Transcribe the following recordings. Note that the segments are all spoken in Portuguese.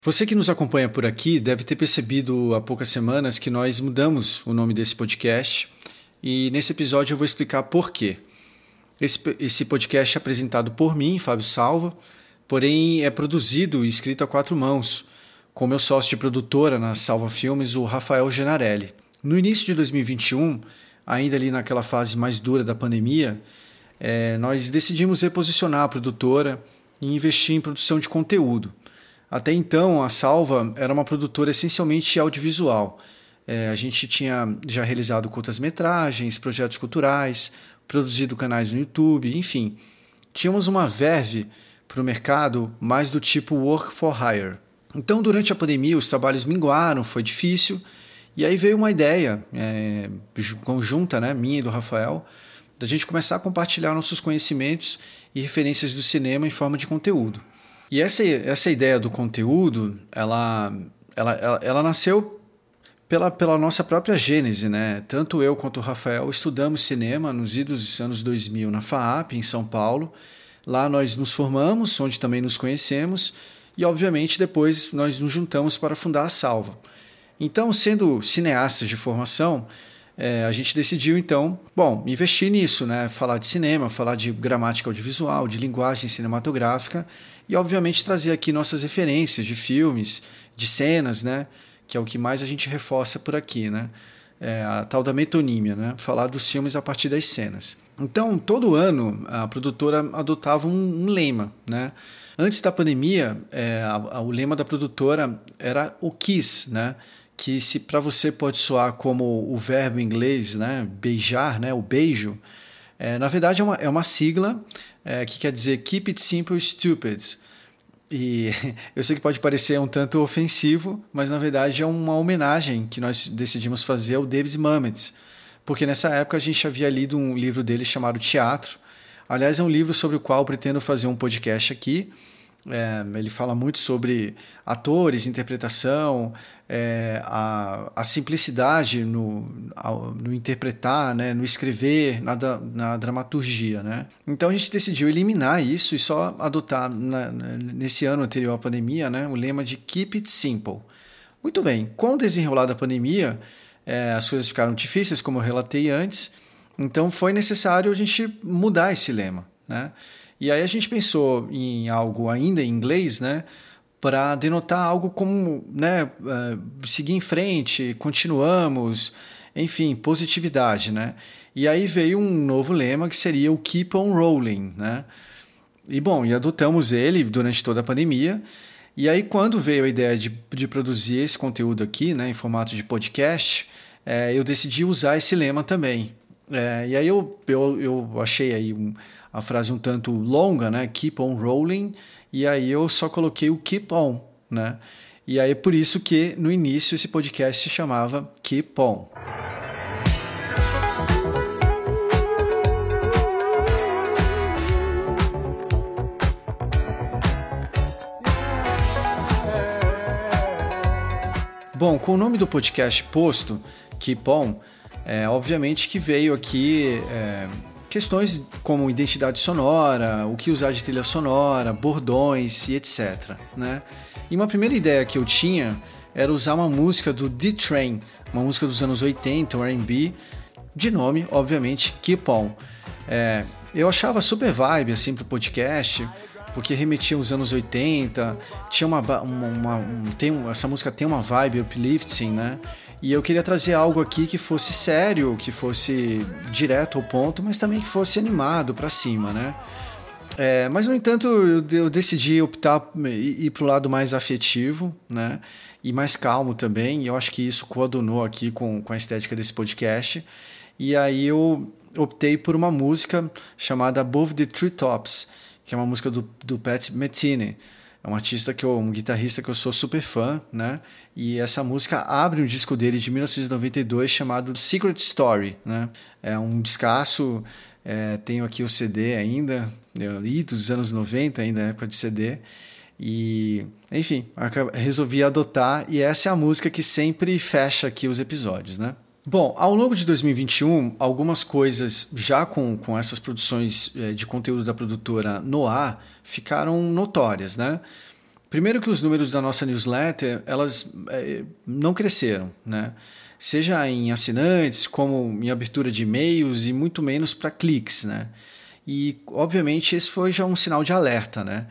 Você que nos acompanha por aqui deve ter percebido há poucas semanas que nós mudamos o nome desse podcast e nesse episódio eu vou explicar por quê. Esse podcast é apresentado por mim, Fábio Salva, porém é produzido e escrito a quatro mãos, com meu sócio de produtora na Salva Filmes, o Rafael Gennarelli. No início de 2021, ainda ali naquela fase mais dura da pandemia, nós decidimos reposicionar a produtora e investir em produção de conteúdo. Até então, a Salva era uma produtora essencialmente audiovisual. A gente tinha já realizado curtas-metragens, projetos culturais, produzido canais no YouTube, enfim. Tínhamos uma verve para o mercado mais do tipo work for hire. Então, durante a pandemia, os trabalhos minguaram, foi difícil, e aí veio uma ideia conjunta, minha e do Rafael, da gente começar a compartilhar nossos conhecimentos e referências do cinema em forma de conteúdo. E essa ideia do conteúdo, ela nasceu pela nossa própria gênese, né? Tanto eu quanto o Rafael estudamos cinema nos idos anos 2000 na FAAP, em São Paulo. Lá nós nos formamos, onde também nos conhecemos, e obviamente depois nós nos juntamos para fundar a Salva. Então, sendo cineastas de formação, a gente decidiu então, investir nisso, né? Falar de cinema, falar de gramática audiovisual, de linguagem cinematográfica e obviamente trazer aqui nossas referências de filmes, de cenas, né? Que é o que mais a gente reforça por aqui, né? A tal da metonímia, né? Falar dos filmes a partir das cenas. Então, todo ano a produtora adotava um lema, né? Antes da pandemia, o lema da produtora era o KISS, né? Que se para você pode soar como o verbo em inglês, né, beijar, né, o beijo, na verdade é uma sigla que quer dizer Keep It Simple Stupid. E eu sei que pode parecer um tanto ofensivo, mas na verdade é uma homenagem que nós decidimos fazer ao David Mamet, porque nessa época a gente havia lido um livro dele chamado Teatro. Aliás, é um livro sobre o qual pretendo fazer um podcast aqui. Ele fala muito sobre atores, interpretação, a simplicidade no interpretar, né, no escrever, na dramaturgia, né? Então a gente decidiu eliminar isso e só adotar nesse ano anterior à pandemia, né, o lema de Keep It Simple. Muito bem, com o desenrolar da pandemia, as coisas ficaram difíceis, como eu relatei antes, então foi necessário a gente mudar esse lema, né? E aí a gente pensou em algo ainda em inglês, né, para denotar algo como, né, seguir em frente, continuamos, enfim, positividade, né? E aí veio um novo lema que seria o Keep on Rolling, né? E adotamos ele durante toda a pandemia. E aí quando veio a ideia de produzir esse conteúdo aqui, né, em formato de podcast, eu decidi usar esse lema também. E aí eu achei aí a frase um tanto longa, né? Keep on rolling. E aí eu só coloquei o keep on, né? E aí é por isso que no início esse podcast se chamava Keep On. Bom, com o nome do podcast posto, Keep On, obviamente que veio aqui questões como identidade sonora, o que usar de trilha sonora, bordões e etc, né? E uma primeira ideia que eu tinha era usar uma música do D-Train, uma música dos anos 80, um R&B, de nome, obviamente, Keep On. Eu achava super vibe assim pro podcast, porque remetia aos anos 80, tinha essa música tem uma vibe uplifting, né? E eu queria trazer algo aqui que fosse sério, que fosse direto ao ponto, mas também que fosse animado para cima, né? Mas, no entanto, eu decidi optar e ir para o lado mais afetivo, né? E mais calmo também, e eu acho que isso coadunou aqui com a estética desse podcast. E aí eu optei por uma música chamada Above the Treetops, que é uma música do Pat Metheny. É um artista um guitarrista que eu sou super fã, né? E essa música abre um disco dele de 1992 chamado Secret Story, né? É um descasso, tenho aqui o CD ainda, eu li dos anos 90 ainda, na época de CD. E, enfim, resolvi adotar e essa é a música que sempre fecha aqui os episódios, né? Bom, ao longo de 2021, algumas coisas já com essas produções de conteúdo da produtora no ar ficaram notórias, né? Primeiro que os números da nossa newsletter, elas não cresceram, né? Seja em assinantes, como em abertura de e-mails e muito menos para cliques, né? E, obviamente, esse foi já um sinal de alerta, né?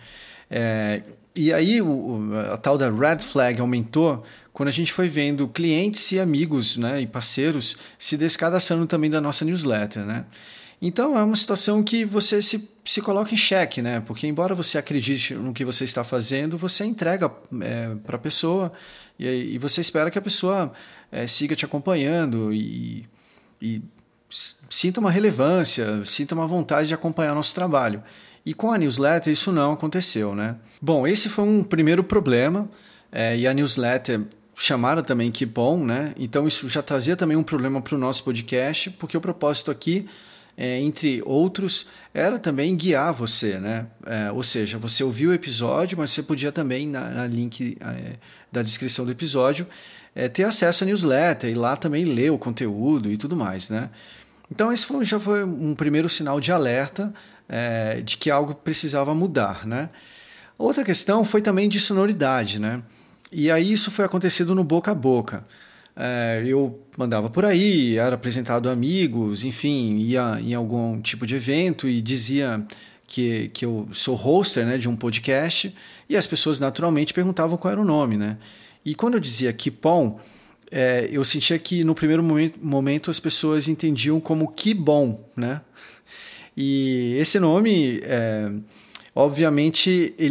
E aí a tal da red flag aumentou quando a gente foi vendo clientes e amigos, né, e parceiros se descadastrando também da nossa newsletter, né? Então é uma situação que você se coloca em xeque, né? Porque embora você acredite no que você está fazendo, você entrega para a pessoa e você espera que a pessoa siga te acompanhando e sinta uma relevância, sinta uma vontade de acompanhar nosso trabalho. E com a newsletter isso não aconteceu, né? Bom, esse foi um primeiro problema e a newsletter chamada também Keep On, né? Então isso já trazia também um problema para o nosso podcast, porque o propósito aqui, entre outros, era também guiar você, né? Ou seja, você ouviu o episódio, mas você podia também, na link da descrição do episódio, ter acesso à newsletter e lá também ler o conteúdo e tudo mais, né? Então esse já foi um primeiro sinal de alerta de que algo precisava mudar, né? Outra questão foi também de sonoridade, né? E aí isso foi acontecido no boca a boca. Eu mandava por aí, era apresentado a amigos, enfim, ia em algum tipo de evento e dizia que eu sou hoster, né, de um podcast, e as pessoas naturalmente perguntavam qual era o nome, né? E quando eu dizia Keep On, eu sentia que no primeiro momento as pessoas entendiam como que bom, né? E esse nome, obviamente,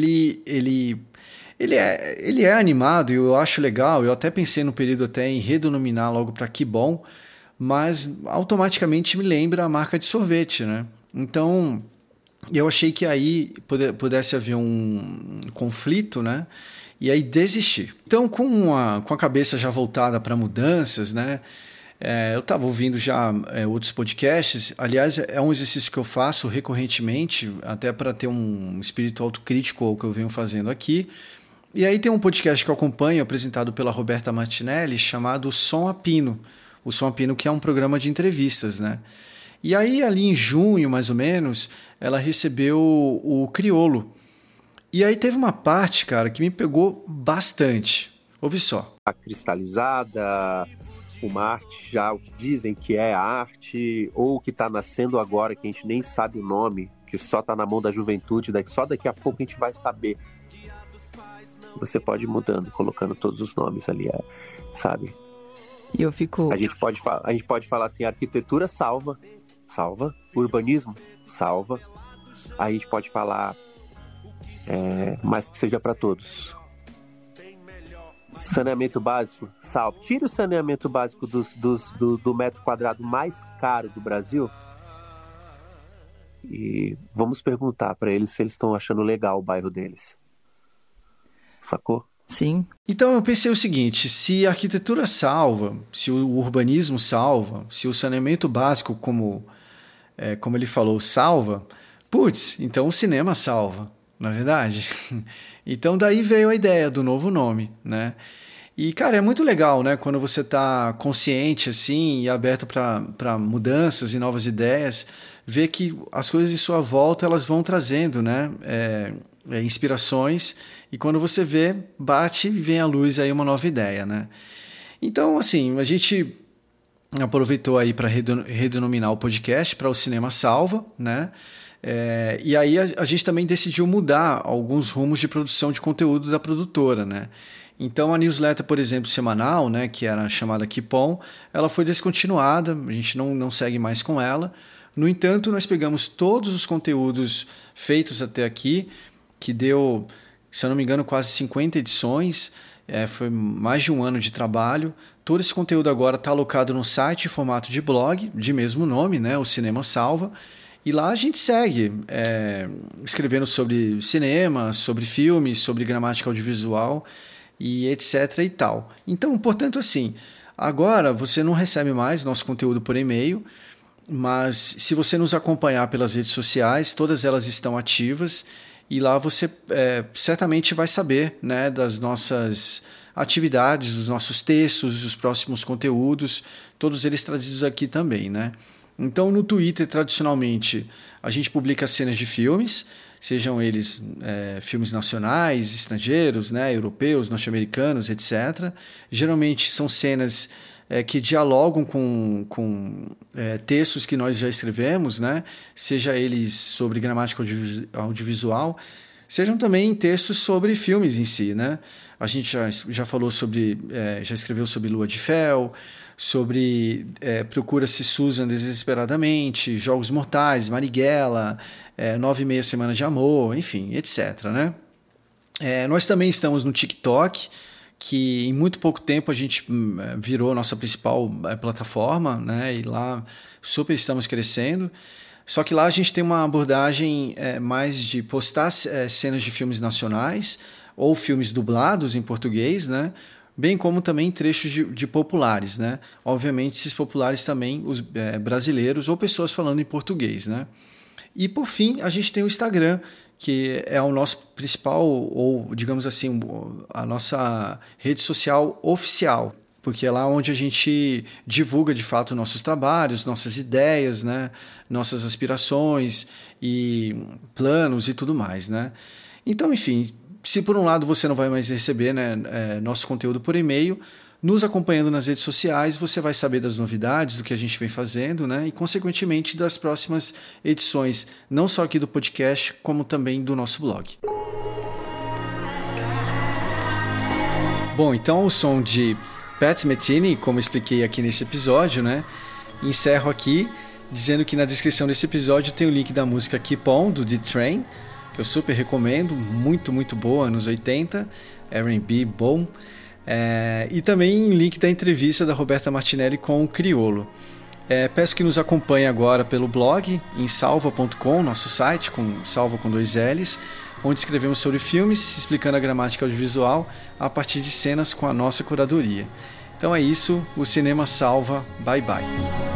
ele é animado e eu acho legal. Eu até pensei no período até em redenominar logo para Que Bom, mas automaticamente me lembra a marca de sorvete, né? Então eu achei que aí pudesse haver um conflito, né? E aí desisti. Então, com a cabeça já voltada para mudanças, né? Eu estava ouvindo já outros podcasts. Aliás, é um exercício que eu faço recorrentemente, até para ter um espírito autocrítico ao que eu venho fazendo aqui. E aí tem um podcast que eu acompanho, apresentado pela Roberta Martinelli, chamado Som a Pino. O Som a Pino, que é um programa de entrevistas, né? E aí, ali em junho, mais ou menos, ela recebeu o Criolo. E aí teve uma parte, cara, que me pegou bastante. Ouve só. A cristalizada, uma arte já, o que dizem que é a arte, ou o que está nascendo agora, que a gente nem sabe o nome, que só está na mão da juventude, só daqui a pouco a gente vai saber. Você pode ir mudando, colocando todos os nomes ali, sabe? E eu fico... A gente pode falar assim, arquitetura salva, urbanismo salva. A gente pode falar, mas que seja para todos. Saneamento básico, salva. Tira o saneamento básico do metro quadrado mais caro do Brasil e vamos perguntar para eles se eles estão achando legal o bairro deles. Sacou? Sim. Então eu pensei o seguinte, se a arquitetura salva, se o urbanismo salva, se o saneamento básico, como ele falou, salva, putz, então o cinema salva, não é verdade? Então daí veio a ideia do novo nome, né? E, cara, é muito legal, né? Quando você está consciente, assim, e aberto para mudanças e novas ideias, ver que as coisas de sua volta, elas vão trazendo, né? Inspirações, e quando você vê, bate e vem à luz aí uma nova ideia, né? Então, assim, a gente aproveitou aí para redenominar o podcast para o Cinema Salva, né? E aí a gente também decidiu mudar alguns rumos de produção de conteúdo da produtora, né? Então a newsletter, por exemplo, semanal, né, que era chamada Keep On, ela foi descontinuada, a gente não segue mais com ela. No entanto, nós pegamos todos os conteúdos feitos até aqui, que deu, se eu não me engano, quase 50 edições, foi mais de um ano de trabalho. Todo esse conteúdo agora está alocado no site em formato de blog, de mesmo nome, né, o Cinema Salva. E lá a gente segue escrevendo sobre cinema, sobre filmes, sobre gramática audiovisual e etc e tal. Então, portanto, assim, agora você não recebe mais nosso conteúdo por e-mail, mas se você nos acompanhar pelas redes sociais, todas elas estão ativas e lá você certamente vai saber, né, das nossas atividades, dos nossos textos, dos próximos conteúdos, todos eles trazidos aqui também, né? Então, no Twitter, tradicionalmente, a gente publica cenas de filmes, sejam eles filmes nacionais, estrangeiros, né, europeus, norte-americanos, etc. Geralmente são cenas que dialogam com textos que nós já escrevemos, né, seja eles sobre gramática audiovisual, sejam também textos sobre filmes em si, né? A gente já falou sobre, já escreveu sobre Lua de Fel, sobre Procura-se Susan Desesperadamente, Jogos Mortais, Marighella, 9 e meia Semanas de Amor, enfim, etc, né? Nós também estamos no TikTok, que em muito pouco tempo a gente virou nossa principal plataforma, né? E lá super estamos crescendo. Só que lá a gente tem uma abordagem mais de postar cenas de filmes nacionais ou filmes dublados em português, né? Bem como também trechos de populares, né? Obviamente, esses populares também, os brasileiros ou pessoas falando em português, né? E por fim, a gente tem o Instagram, que é o nosso principal, ou digamos assim, a nossa rede social oficial, porque é lá onde a gente divulga de fato nossos trabalhos, nossas ideias, né? Nossas aspirações e planos e tudo mais, né? Então, enfim, se por um lado você não vai mais receber, né, nosso conteúdo por e-mail, nos acompanhando nas redes sociais, você vai saber das novidades, do que a gente vem fazendo, né, e consequentemente das próximas edições, não só aqui do podcast, como também do nosso blog. Bom, então o som de Pat Metheny, como expliquei aqui nesse episódio, né, encerro aqui dizendo que na descrição desse episódio tem o link da música Keep On, do The Train, que eu super recomendo, muito, muito boa, anos 80, R&B bom, e também o link da entrevista da Roberta Martinelli com o Criolo. Peço que nos acompanhe agora pelo blog, em salva.com, nosso site, salva com 2 L's, onde escrevemos sobre filmes, explicando a gramática audiovisual a partir de cenas com a nossa curadoria. Então é isso, o cinema salva, bye bye.